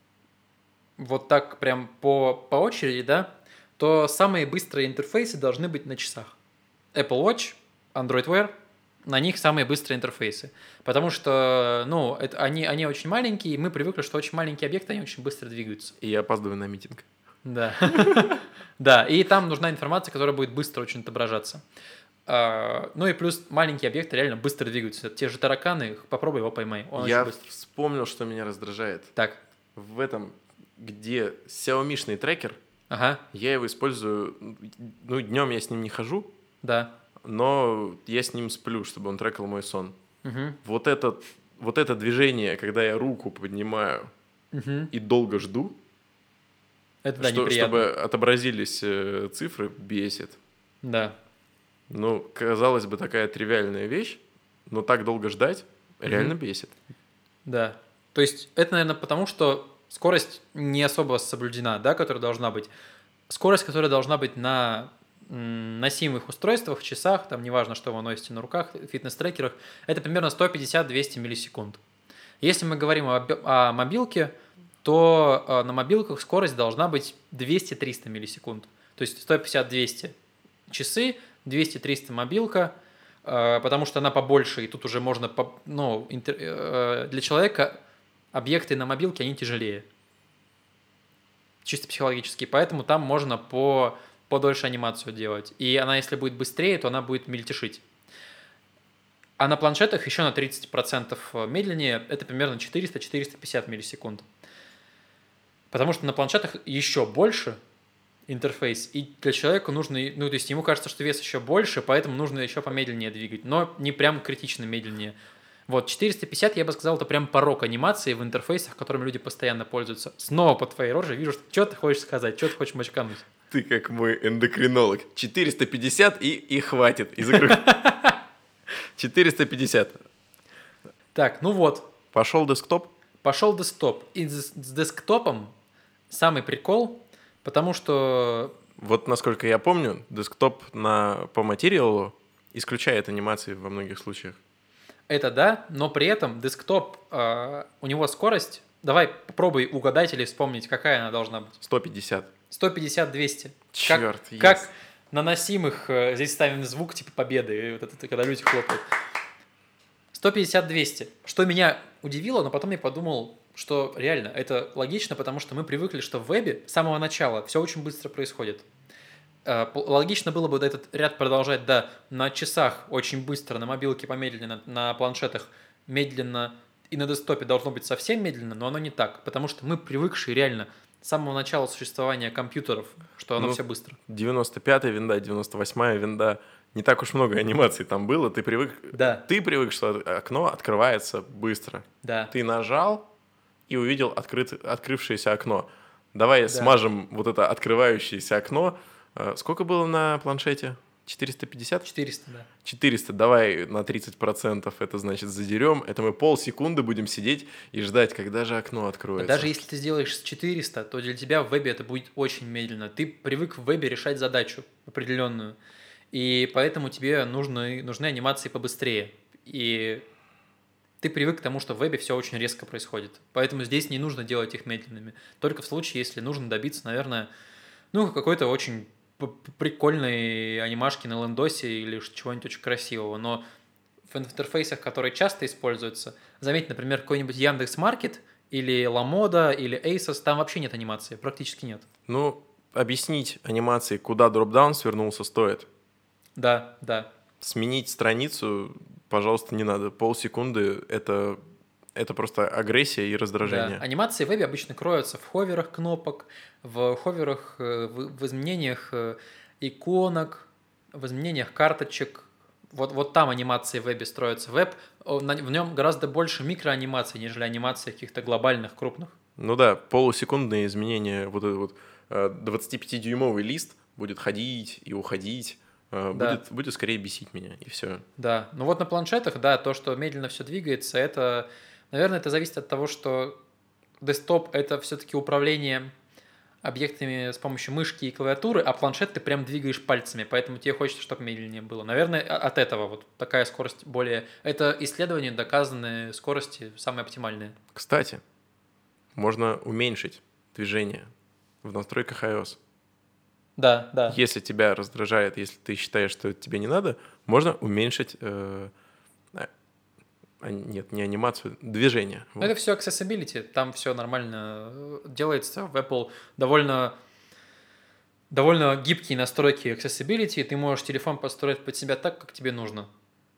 вот так прям по, по очереди, да, то самые быстрые интерфейсы должны быть на часах. Apple Watch, Android Wear, на них самые быстрые интерфейсы. Потому что, ну, это, они, они очень маленькие, и мы привыкли, что очень маленькие объекты, они очень быстро двигаются. И я опаздываю на митинг. Да. Да, и там нужна информация, которая будет быстро очень отображаться. Ну и плюс маленькие объекты реально быстро двигаются. Те же тараканы, попробуй его поймай. Он я очень быстро. Вспомнил, что меня раздражает. Так. В этом, где Xiaomi-шный трекер, Ага. я его использую, ну, днем я с ним не хожу, Да. но я с ним сплю, чтобы он трекал мой сон. Угу. Вот это, вот это движение, когда я руку поднимаю Угу. и долго жду, Это да, что, неприятно. чтобы отобразились э, цифры, бесит. Да. Ну, казалось бы, такая тривиальная вещь, но так долго ждать реально Мгм. бесит. Да. То есть это, наверное, потому что скорость не особо соблюдена, да, которая должна быть. Скорость, которая должна быть на м, носимых устройствах, часах, там неважно, что вы носите на руках, фитнес-трекерах, это примерно сто пятьдесят - двести миллисекунд. Если мы говорим о, б- о мобилке, то э, на мобилках скорость должна быть двести - триста миллисекунд. То есть сто пятьдесят - двести часы, двести - триста мобилка, э, потому что она побольше, и тут уже можно, по- ну, интер- э, для человека объекты на мобилке, они тяжелее. Чисто психологически. Поэтому там можно по, подольше анимацию делать. И она, если будет быстрее, то она будет мельтешить. А на планшетах еще на тридцать процентов медленнее, это примерно четыреста - четыреста пятьдесят миллисекунд. Потому что на планшетах еще больше интерфейс, и для человека нужно, ну, то есть ему кажется, что вес еще больше, поэтому нужно еще помедленнее двигать, но не прям критично медленнее. Вот, четыреста пятьдесят, я бы сказал, это прям порог анимации в интерфейсах, которыми люди постоянно пользуются. Снова по твоей роже вижу, что, что ты хочешь сказать, что ты хочешь мочкануть. Ты как мой эндокринолог. четыреста пятьдесят и, и хватит. И закрой. четыреста пятьдесят. Так, ну вот, Пошел десктоп. пошел десктоп. И с, с десктопом самый прикол, потому что... Вот, насколько я помню, десктоп на, по материалу исключает анимации во многих случаях. Это да, но при этом десктоп, э, у него скорость, давай попробуй угадать или вспомнить, какая она должна быть. сто пятьдесят. сто пятьдесят - двести. Черт, Как, yes. как на носимых, э, здесь ставим звук типа победы, вот это, когда люди хлопают. сто пятьдесят - двести. Что меня удивило, но потом я подумал, что реально это логично, потому что мы привыкли, что в вебе с самого начала все очень быстро происходит. Э, по- Логично было бы этот ряд продолжать, да, на часах очень быстро, на мобилке помедленно, на планшетах медленно, и на десктопе должно быть совсем медленно, но оно не так, потому что мы привыкшие реально с самого начала существования компьютеров, что оно Ну, все быстро. девяносто пятая винда, девяносто восьмая винда. Не так уж много анимаций там было. Ты привык, Да. ты привык, что окно открывается быстро. Да. Ты нажал и увидел открыт, открывшееся окно. Давай Да. смажем вот это открывающееся окно. Э, Сколько было на планшете? четыреста пятьдесят? четыреста, да. четыреста, давай на тридцать процентов это значит задерем. Это мы полсекунды будем сидеть и ждать, когда же окно Но откроется. даже если ты сделаешь с четыреста, то для тебя в вебе это будет очень медленно. Ты привык в вебе решать задачу определенную, и поэтому тебе нужны, нужны анимации побыстрее. И ты привык к тому, что в вебе все очень резко происходит. Поэтому здесь не нужно делать их медленными. Только в случае, если нужно добиться, наверное, ну, какой-то очень п- п- прикольной анимашки на лендосе или ш- чего-нибудь очень красивого. Но в интерфейсах, которые часто используются, заметь, например, какой-нибудь Яндекс.Маркет или Ламода или Asos, там вообще нет анимации, практически нет. Ну, объяснить анимации, куда дропдаун свернулся, стоит. Да, да. Сменить страницу, пожалуйста, не надо. Полсекунды — это, это просто агрессия и раздражение. Да. Анимации в вебе обычно кроются в ховерах кнопок, в ховерах, э, в, в изменениях э, иконок, в изменениях карточек. Вот, вот там анимации в вебе строятся. Веб, о, на- в нем гораздо больше микроанимаций, нежели анимаций каких-то глобальных, крупных. Ну да, полусекундные изменения, вот этот вот э, двадцатипятидюймовый лист будет ходить и уходить, э, Да. будет, будет скорее бесить меня, и все. Да, ну вот на планшетах, да, то, что медленно все двигается, это, наверное, это зависит от того, что десктоп — это все-таки управление объектами с помощью мышки и клавиатуры, а планшет ты прям двигаешь пальцами, поэтому тебе хочется, чтобы медленнее было. Наверное, о- от этого вот такая скорость более... Это исследования, доказанные скорости самые оптимальные. Кстати, можно уменьшить движение в настройках iOS. Да, да. Если тебя раздражает, если ты считаешь, что это тебе не надо, можно уменьшить... э, а- а, нет, не анимацию, движение. Но Вот. это все accessibility, там все нормально э, делается. В Apple довольно, довольно гибкие настройки accessibility, и ты можешь телефон построить под себя так, как тебе нужно.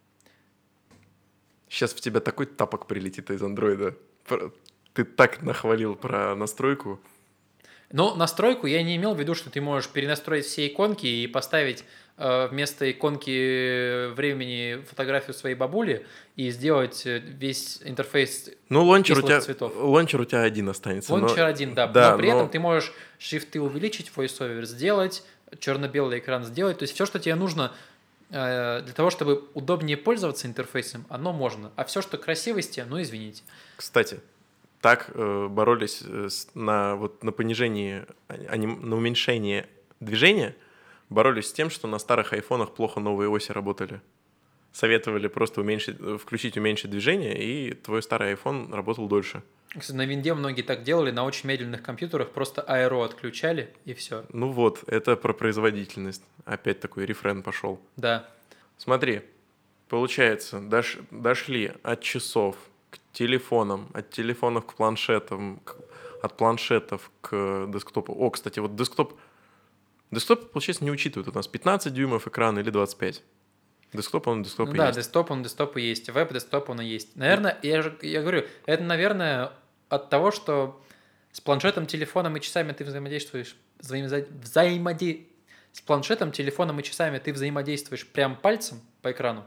Сейчас в тебя такой тапок прилетит из андроида. Пр- Ты так нахвалил про настройку. Но настройку я не имел в виду, что ты можешь перенастроить все иконки и поставить э, вместо иконки времени фотографию своей бабули и сделать э, весь интерфейс Ну, лончер у кислых тебя, цветов. лончер у тебя один останется. но- Лончер один, да. да, но при но- этом ты можешь шрифты увеличить, voiceover сделать, черно-белый экран сделать. То есть все, что тебе нужно э, для того, чтобы удобнее пользоваться интерфейсом, оно можно. А все, что красивости, ну извините. Кстати, так э, боролись э, с- на, вот, на понижении, а- аним- на уменьшение движения, боролись с тем, что на старых айфонах плохо новые оси работали. Советовали просто уменьшить, э, включить уменьшить движение, и твой старый iPhone работал дольше. Кстати, на винде многие так делали, на очень медленных компьютерах просто аэро отключали, и все. Ну вот, это про производительность. Опять такой рефрен пошел. Да. Смотри, получается, дош- дошли от часов к телефонам, от телефонов к планшетам, к- от планшетов к десктопу. О, кстати, вот десктоп... Десктоп, получается, не учитывают. У нас пятнадцать дюймов экран или двадцать пять. Десктоп, он десктоп Ну и да, есть. десктоп, он десктоп и есть, веб-десктоп он и есть. Наверное, я же я говорю, это, наверное, от того, что с планшетом, телефоном и часами ты взаимодействуешь, взаимоза- взаимоде... с планшетом, телефоном и часами ты взаимодействуешь прям пальцем по экрану,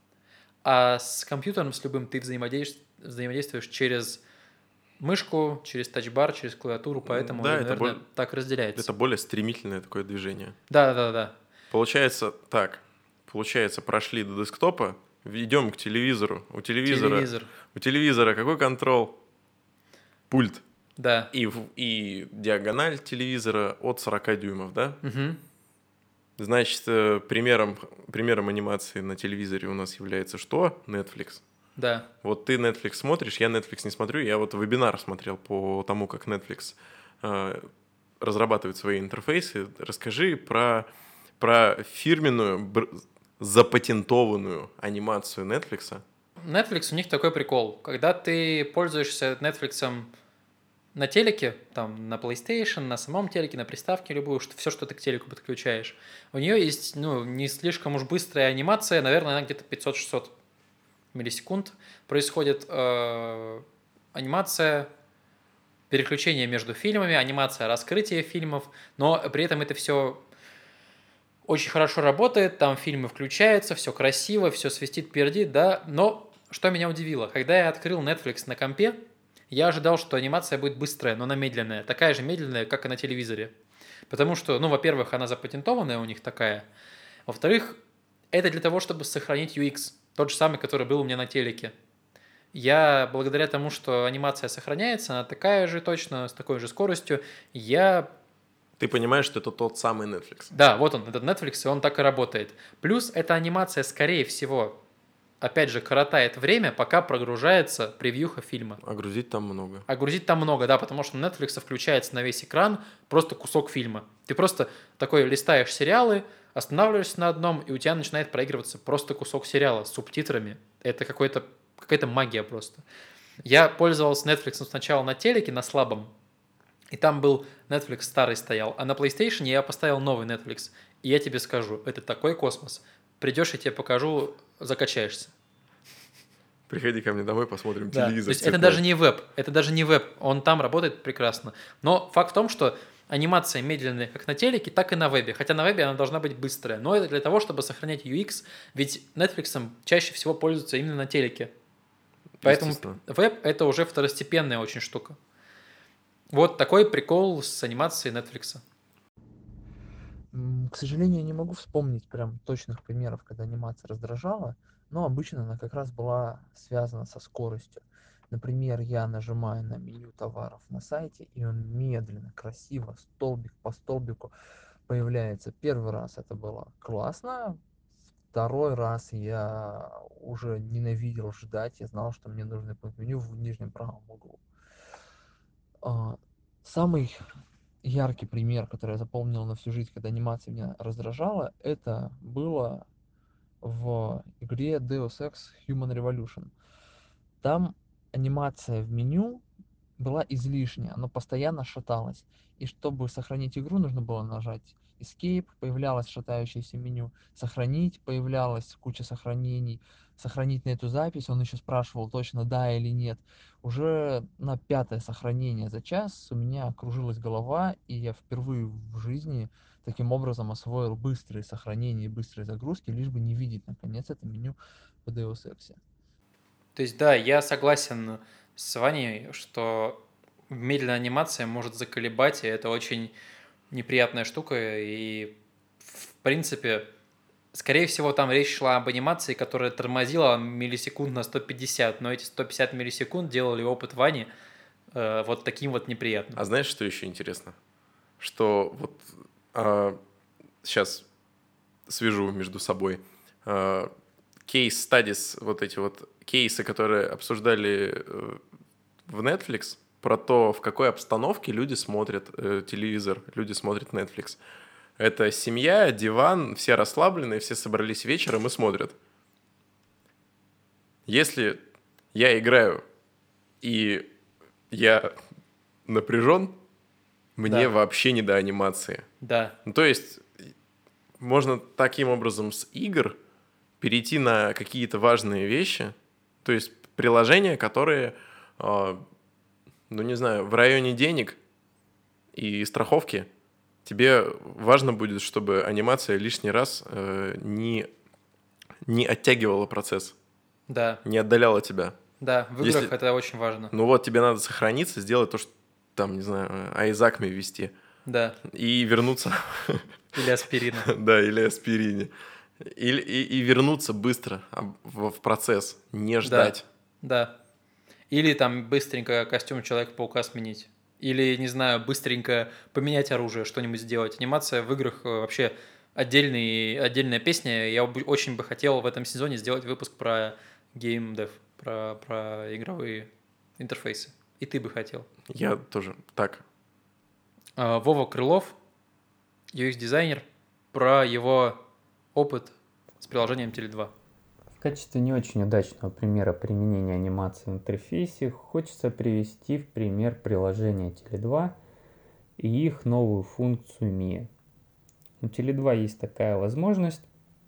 а с компьютером, с любым, ты взаимодействуешь, взаимодействуешь через мышку, через тачбар, через клавиатуру, поэтому, Да, это наверное, боль- так разделяется. Это более стремительное такое движение. Да, да, да. Получается так. Получается, прошли до десктопа, идем к телевизору. У телевизора, Телевизор. у телевизора какой контрол? Пульт. Да. И, в- и диагональ телевизора от сорок дюймов, да? Мгм. Значит, э, примером, примером анимации на телевизоре у нас является что? Netflix. Да. Вот ты Netflix смотришь, я Netflix не смотрю. Я вот вебинар смотрел по тому, как Netflix э, разрабатывает свои интерфейсы. Расскажи про, про фирменную, бр- запатентованную анимацию Netflix. Netflix, у них такой прикол. Когда ты пользуешься Netflix на телеке, там, на PlayStation, на самом телеке, на приставке любую, что, все, что ты к телеку подключаешь, у нее есть, ну, не слишком уж быстрая анимация, наверное, она где-то пятьсот-шестьсот миллисекунд происходит э, анимация, переключение между фильмами, анимация раскрытия фильмов, но при этом это все очень хорошо работает, там фильмы включаются, все красиво, все свистит, пердит, да, но что меня удивило, когда я открыл Netflix на компе, я ожидал, что анимация будет быстрая, но она медленная, такая же медленная, как и на телевизоре. Потому что, ну, во-первых, она запатентованная у них такая, во-вторых, это для того, чтобы сохранить ю экс, тот же самый, который был у меня на телеке. Я, благодаря тому, что анимация сохраняется, она такая же точно, с такой же скоростью, я... Ты понимаешь, что это тот самый Netflix. Да, вот он, этот Netflix, и он так и работает. Плюс эта анимация, скорее всего, опять же, коротает время, пока прогружается превьюха фильма. А грузить там много. А грузить там много, да, потому что на Netflix включается на весь экран просто кусок фильма. Ты просто такой листаешь сериалы, останавливаешься на одном, и у тебя начинает проигрываться просто кусок сериала с субтитрами. Это какой-то, какая-то магия просто. Я пользовался Netflix сначала на телеке, на слабом, и там был Netflix старый стоял, а на PlayStation я поставил новый Netflix. И я тебе скажу, это такой космос. Придешь, я тебе покажу, закачаешься. Приходи ко мне домой, посмотрим Да. телевизор. То есть это даже не веб, это даже не веб, он там работает прекрасно. Но факт в том, что анимация медленная как на телеке, так и на вебе. Хотя на вебе она должна быть быстрая. Но это для того, чтобы сохранять ю экс, ведь Netflix чаще всего пользуются именно на телеке. Поэтому веб – это уже второстепенная очень штука. Вот такой прикол с анимацией Netflix. М, К сожалению, я не могу вспомнить прям точных примеров, когда анимация раздражала, но обычно она как раз была связана со скоростью. Например, я нажимаю на меню товаров на сайте, и он медленно, красиво, столбик по столбику появляется. Первый раз это было классно, второй раз я уже ненавидел ждать, я знал, что мне нужно по меню в нижнем правом углу. А, Самый яркий пример, который я запомнил на всю жизнь, когда анимация меня раздражала, это было в игре Deus Ex Human Revolution. Там анимация в меню была излишняя, оно постоянно шаталось. И чтобы сохранить игру, нужно было нажать Escape, появлялось шатающееся меню, сохранить, появлялась куча сохранений, сохранить на эту запись, он еще спрашивал точно да или нет. Уже на пятое сохранение за час у меня кружилась голова, и я впервые в жизни таким образом освоил быстрые сохранения и быстрые загрузки, лишь бы не видеть наконец это меню в Deus Ex. То есть, да, я согласен с Ваней, что медленная анимация может заколебать, и это очень неприятная штука, и в принципе, скорее всего, там речь шла об анимации, которая тормозила миллисекунд на сто пятьдесят, но эти сто пятьдесят миллисекунд делали опыт Вани э, вот таким вот неприятным. А знаешь, что еще интересно? Что вот а, сейчас свяжу между собой а, кейс studies, вот эти вот кейсы, которые обсуждали э, в Netflix, про то, в какой обстановке люди смотрят э, телевизор, люди смотрят Netflix. Это семья, диван, все расслабленные, все собрались вечером и смотрят. Если я играю и я напряжен, мне Да. вообще не до анимации. Да, Ну, то есть можно таким образом с игр перейти на какие-то важные вещи, то есть приложения, которые, э, ну не знаю, в районе денег и страховки, тебе важно будет, чтобы анимация лишний раз э, не, не оттягивала процесс, да, не отдаляла тебя. да, в играх Если- это очень важно. Ну вот тебе надо сохраниться, сделать то, что там, не знаю, айзакми ввести Да, и вернуться, или аспирина. да, или аспирине. Или, и, и вернуться быстро об- в, в процесс, не ждать. Да. Или там быстренько костюм Человека-паука сменить. Или, не знаю, быстренько поменять оружие, что-нибудь сделать. Анимация в играх э, вообще отдельный, отдельная песня. Я бы- очень бы хотел в этом сезоне сделать выпуск про геймдев, про, про игровые интерфейсы. И ты бы хотел. Я тоже. Так, А, Вова Крылов, ю экс-дизайнер, про его опыт с приложением Теле два. В качестве не очень удачного примера применения анимации в интерфейсе хочется привести в пример приложения теле два и их новую функцию Mia. У теле два есть такая возможность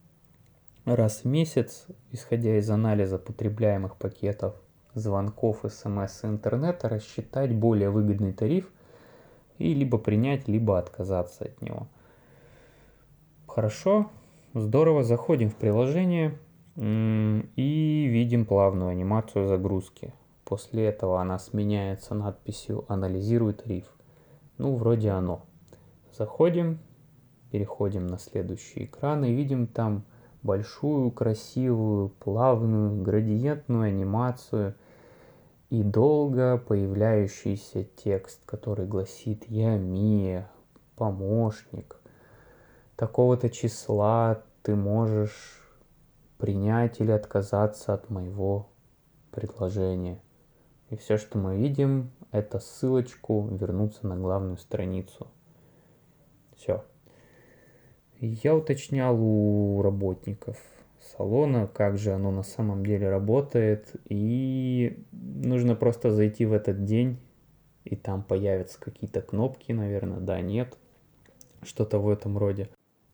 раз в месяц, исходя из анализа потребляемых пакетов, звонков, смс и интернета, рассчитать более выгодный тариф и либо принять, либо отказаться от него. Хорошо, здорово, заходим в приложение и видим плавную анимацию загрузки. После этого она сменяется надписью «Анализируй тариф». Ну, вроде оно. Заходим, переходим на следующий экран и видим там большую, красивую, плавную, градиентную анимацию и долго появляющийся текст, который гласит «Я Мия, помощник. Такого-то числа ты можешь принять или отказаться от моего предложения». И все, что мы видим, это ссылочку вернуться на главную страницу. Все. Я уточнял у работников салона, как же оно на самом деле работает, и нужно просто зайти в этот день, и там появятся какие-то кнопки, наверное, да, нет, что-то в этом роде.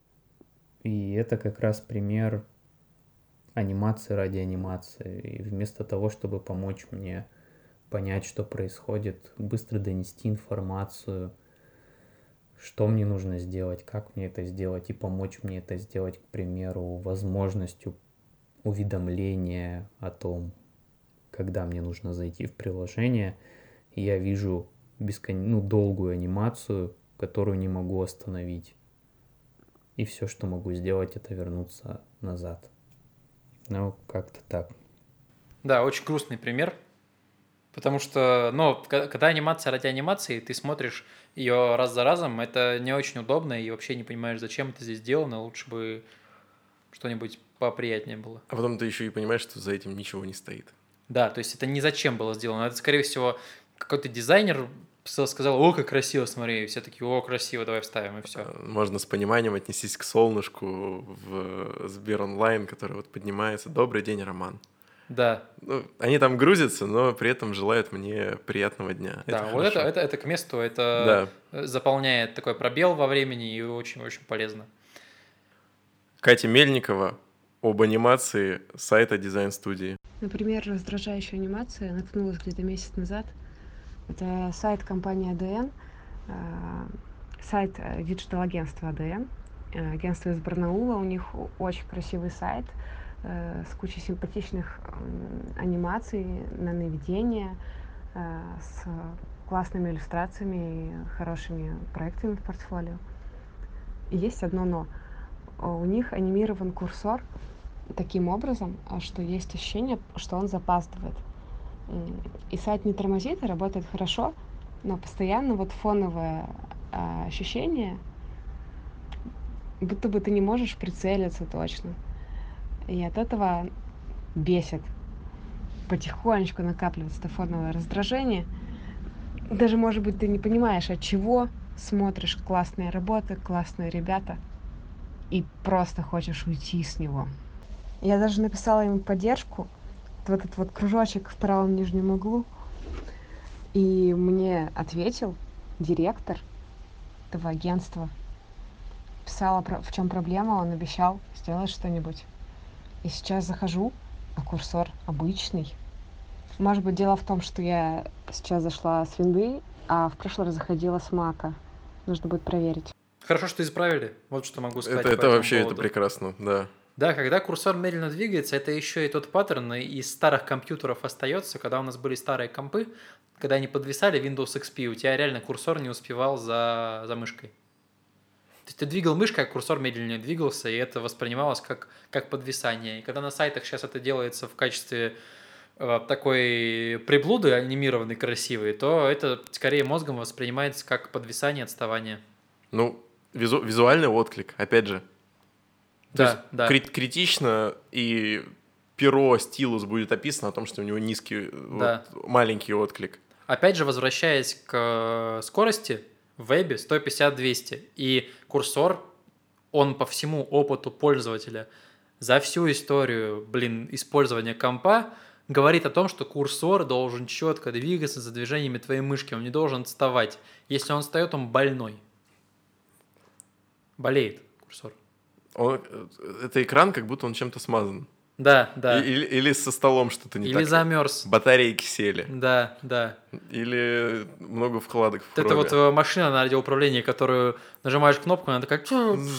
И это как раз пример анимации ради анимации. И вместо того, чтобы помочь мне понять, что происходит, быстро донести информацию, что мне нужно сделать, как мне это сделать, и помочь мне это сделать, к примеру, возможностью уведомления о том, когда мне нужно зайти в приложение, и я вижу бескон... ну, долгую анимацию, которую не могу остановить. И все, что могу сделать, это вернуться назад. Ну, как-то так. Да, очень грустный пример. Потому что, ну, когда анимация ради анимации, ты смотришь ее раз за разом, это не очень удобно, и вообще не понимаешь, зачем это здесь сделано, лучше бы что-нибудь поприятнее было. А потом ты еще и понимаешь, что за этим ничего не стоит. Да, то есть это не зачем было сделано, это, скорее всего, какой-то дизайнер сказал: о, как красиво, смотри, и все такие: о, красиво, давай вставим, и все. Можно с пониманием отнестись к солнышку в Сберонлайн, который вот поднимается. Добрый день, Роман. Да. Ну, они там грузятся, но при этом желают мне приятного дня. Да, это вот это, это, это к месту, это да. Заполняет такой пробел во времени и очень-очень полезно. Катя Мельникова об анимации сайта дизайн-студии. Например, раздражающая анимация наткнулась где-то месяц назад. Это сайт компании эй ди эн, сайт диджитал-агентства эй ди эн, агентство из Барнаула. У них очень красивый сайт с кучей симпатичных анимаций на наведение, с классными иллюстрациями и хорошими проектами в портфолио. И есть одно но. У них анимирован курсор таким образом, что есть ощущение, что он запаздывает. И сайт не тормозит, и работает хорошо, но постоянно вот фоновое ощущение, будто бы ты не можешь прицелиться точно. И от этого бесит. Потихонечку накапливается это фоновое раздражение. Даже, может быть, ты не понимаешь, от чего смотришь классные работы, классные ребята, и просто хочешь уйти с него. Я даже написала ему поддержку, вот этот вот кружочек в правом нижнем углу, и мне ответил директор этого агентства. Писала, в чем проблема, он обещал сделать что-нибудь. И сейчас захожу, а курсор обычный. Может быть, дело в том, что я сейчас зашла с винды, а в прошлый раз заходила с мака. Нужно будет проверить. Хорошо, что исправили. Вот что могу сказать. Это, это вообще поводу. Это прекрасно, да. Да, когда курсор медленно двигается, это еще и тот паттерн из старых компьютеров остается, когда у нас были старые компы, когда они подвисали Windows икс пи, у тебя реально курсор не успевал за, за мышкой. То есть ты двигал мышкой, а курсор медленнее двигался, и это воспринималось как, как подвисание. И когда на сайтах сейчас это делается в качестве э, такой приблуды анимированной, красивой, то это скорее мозгом воспринимается как подвисание, отставание. Ну, визу- визуальный отклик, опять же. То да, есть да. Крит- критично, и перо, стилус будет описано о том, что у него низкий, да. вот, маленький отклик. Опять же, возвращаясь к скорости, в вебе сто пятьдесят - двести, и курсор, он по всему опыту пользователя за всю историю, блин, использования компа говорит о том, что курсор должен четко двигаться за движениями твоей мышки, он не должен отставать. Если он встает, он больной. Болеет курсор. Он, это экран, как будто он чем-то смазан. Да, да. И- Или, или со столом что-то не Или так. замерз. Батарейки сели. Да, да. Или много вкладок в Вот это вот э, машина на радиоуправлении, которую нажимаешь кнопку, она такая...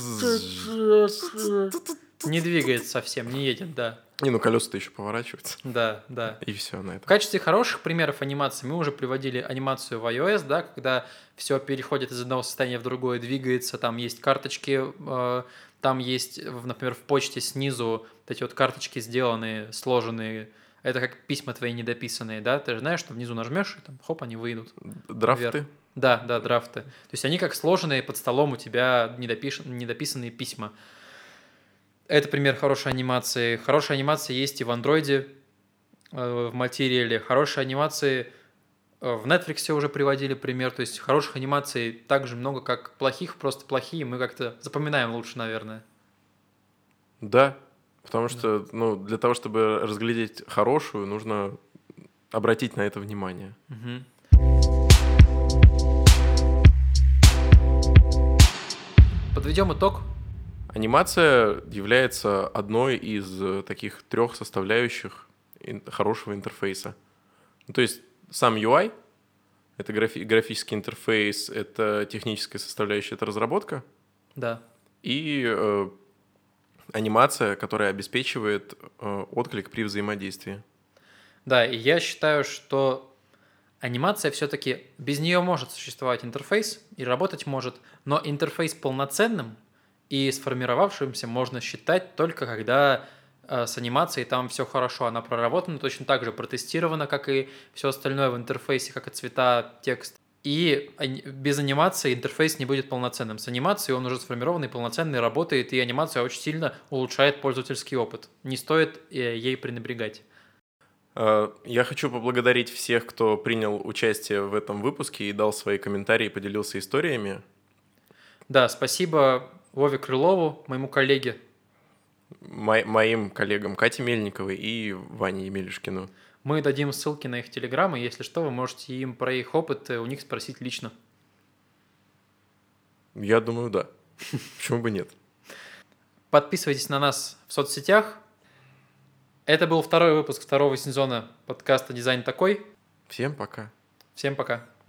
Не двигается совсем, не едет, да. Не, ну колеса-то еще поворачиваются. Да, да. И все на В этом. качестве хороших примеров анимации мы уже приводили анимацию в iOS, да, когда все переходит из одного состояния в другое, двигается, там есть карточки, э, там есть, в- например, в почте снизу вот эти вот карточки сделанные, сложенные. Это как письма твои недописанные, да? Ты же знаешь, что внизу нажмешь, и там, хоп, они выйдут. Драфты. вверх. Да, да, драфты. То есть они как сложенные под столом у тебя недопиш... недописанные письма. Это пример хорошей анимации. Хорошая анимация есть и в андроиде, э, в материале. Хорошие анимации э, в Netflix уже приводили пример. То есть хороших анимаций так же много, как плохих, просто плохие. Мы как-то запоминаем лучше, наверное. Да, потому что ну, для того, чтобы разглядеть хорошую, нужно обратить на это внимание. Мгм. Подведем итог. Анимация является одной из э, таких трех составляющих ин- хорошего интерфейса. Ну, то есть сам ю ай — это графи- графический интерфейс, это техническая составляющая, это разработка, Да. и э, анимация, которая обеспечивает э, отклик при взаимодействии. Да, и я считаю, что анимация все-таки без нее может существовать интерфейс и работать может, но интерфейс полноценным и сформировавшимся можно считать только когда э, с анимацией там все хорошо, она проработана, точно так же протестирована, как и все остальное в интерфейсе, как и цвета, текст. И ани- без анимации интерфейс не будет полноценным. С анимацией он уже сформированный, полноценный, работает, и анимация очень сильно улучшает пользовательский опыт. Не стоит э, ей пренебрегать. Э, Я хочу поблагодарить всех, кто принял участие в этом выпуске и дал свои комментарии, поделился историями. Да, спасибо Вове Крылову, моему коллеге. Мо- моим коллегам Кате Мельниковой и Ване Емелюшкину. Мы дадим ссылки на их телеграммы, если что, вы можете им про их опыт э, у них спросить лично. Я думаю, да. Почему бы нет? Подписывайтесь на нас в соцсетях. Это был второй выпуск второго сезона подкаста «Дизайн такой». Всем пока. Всем пока.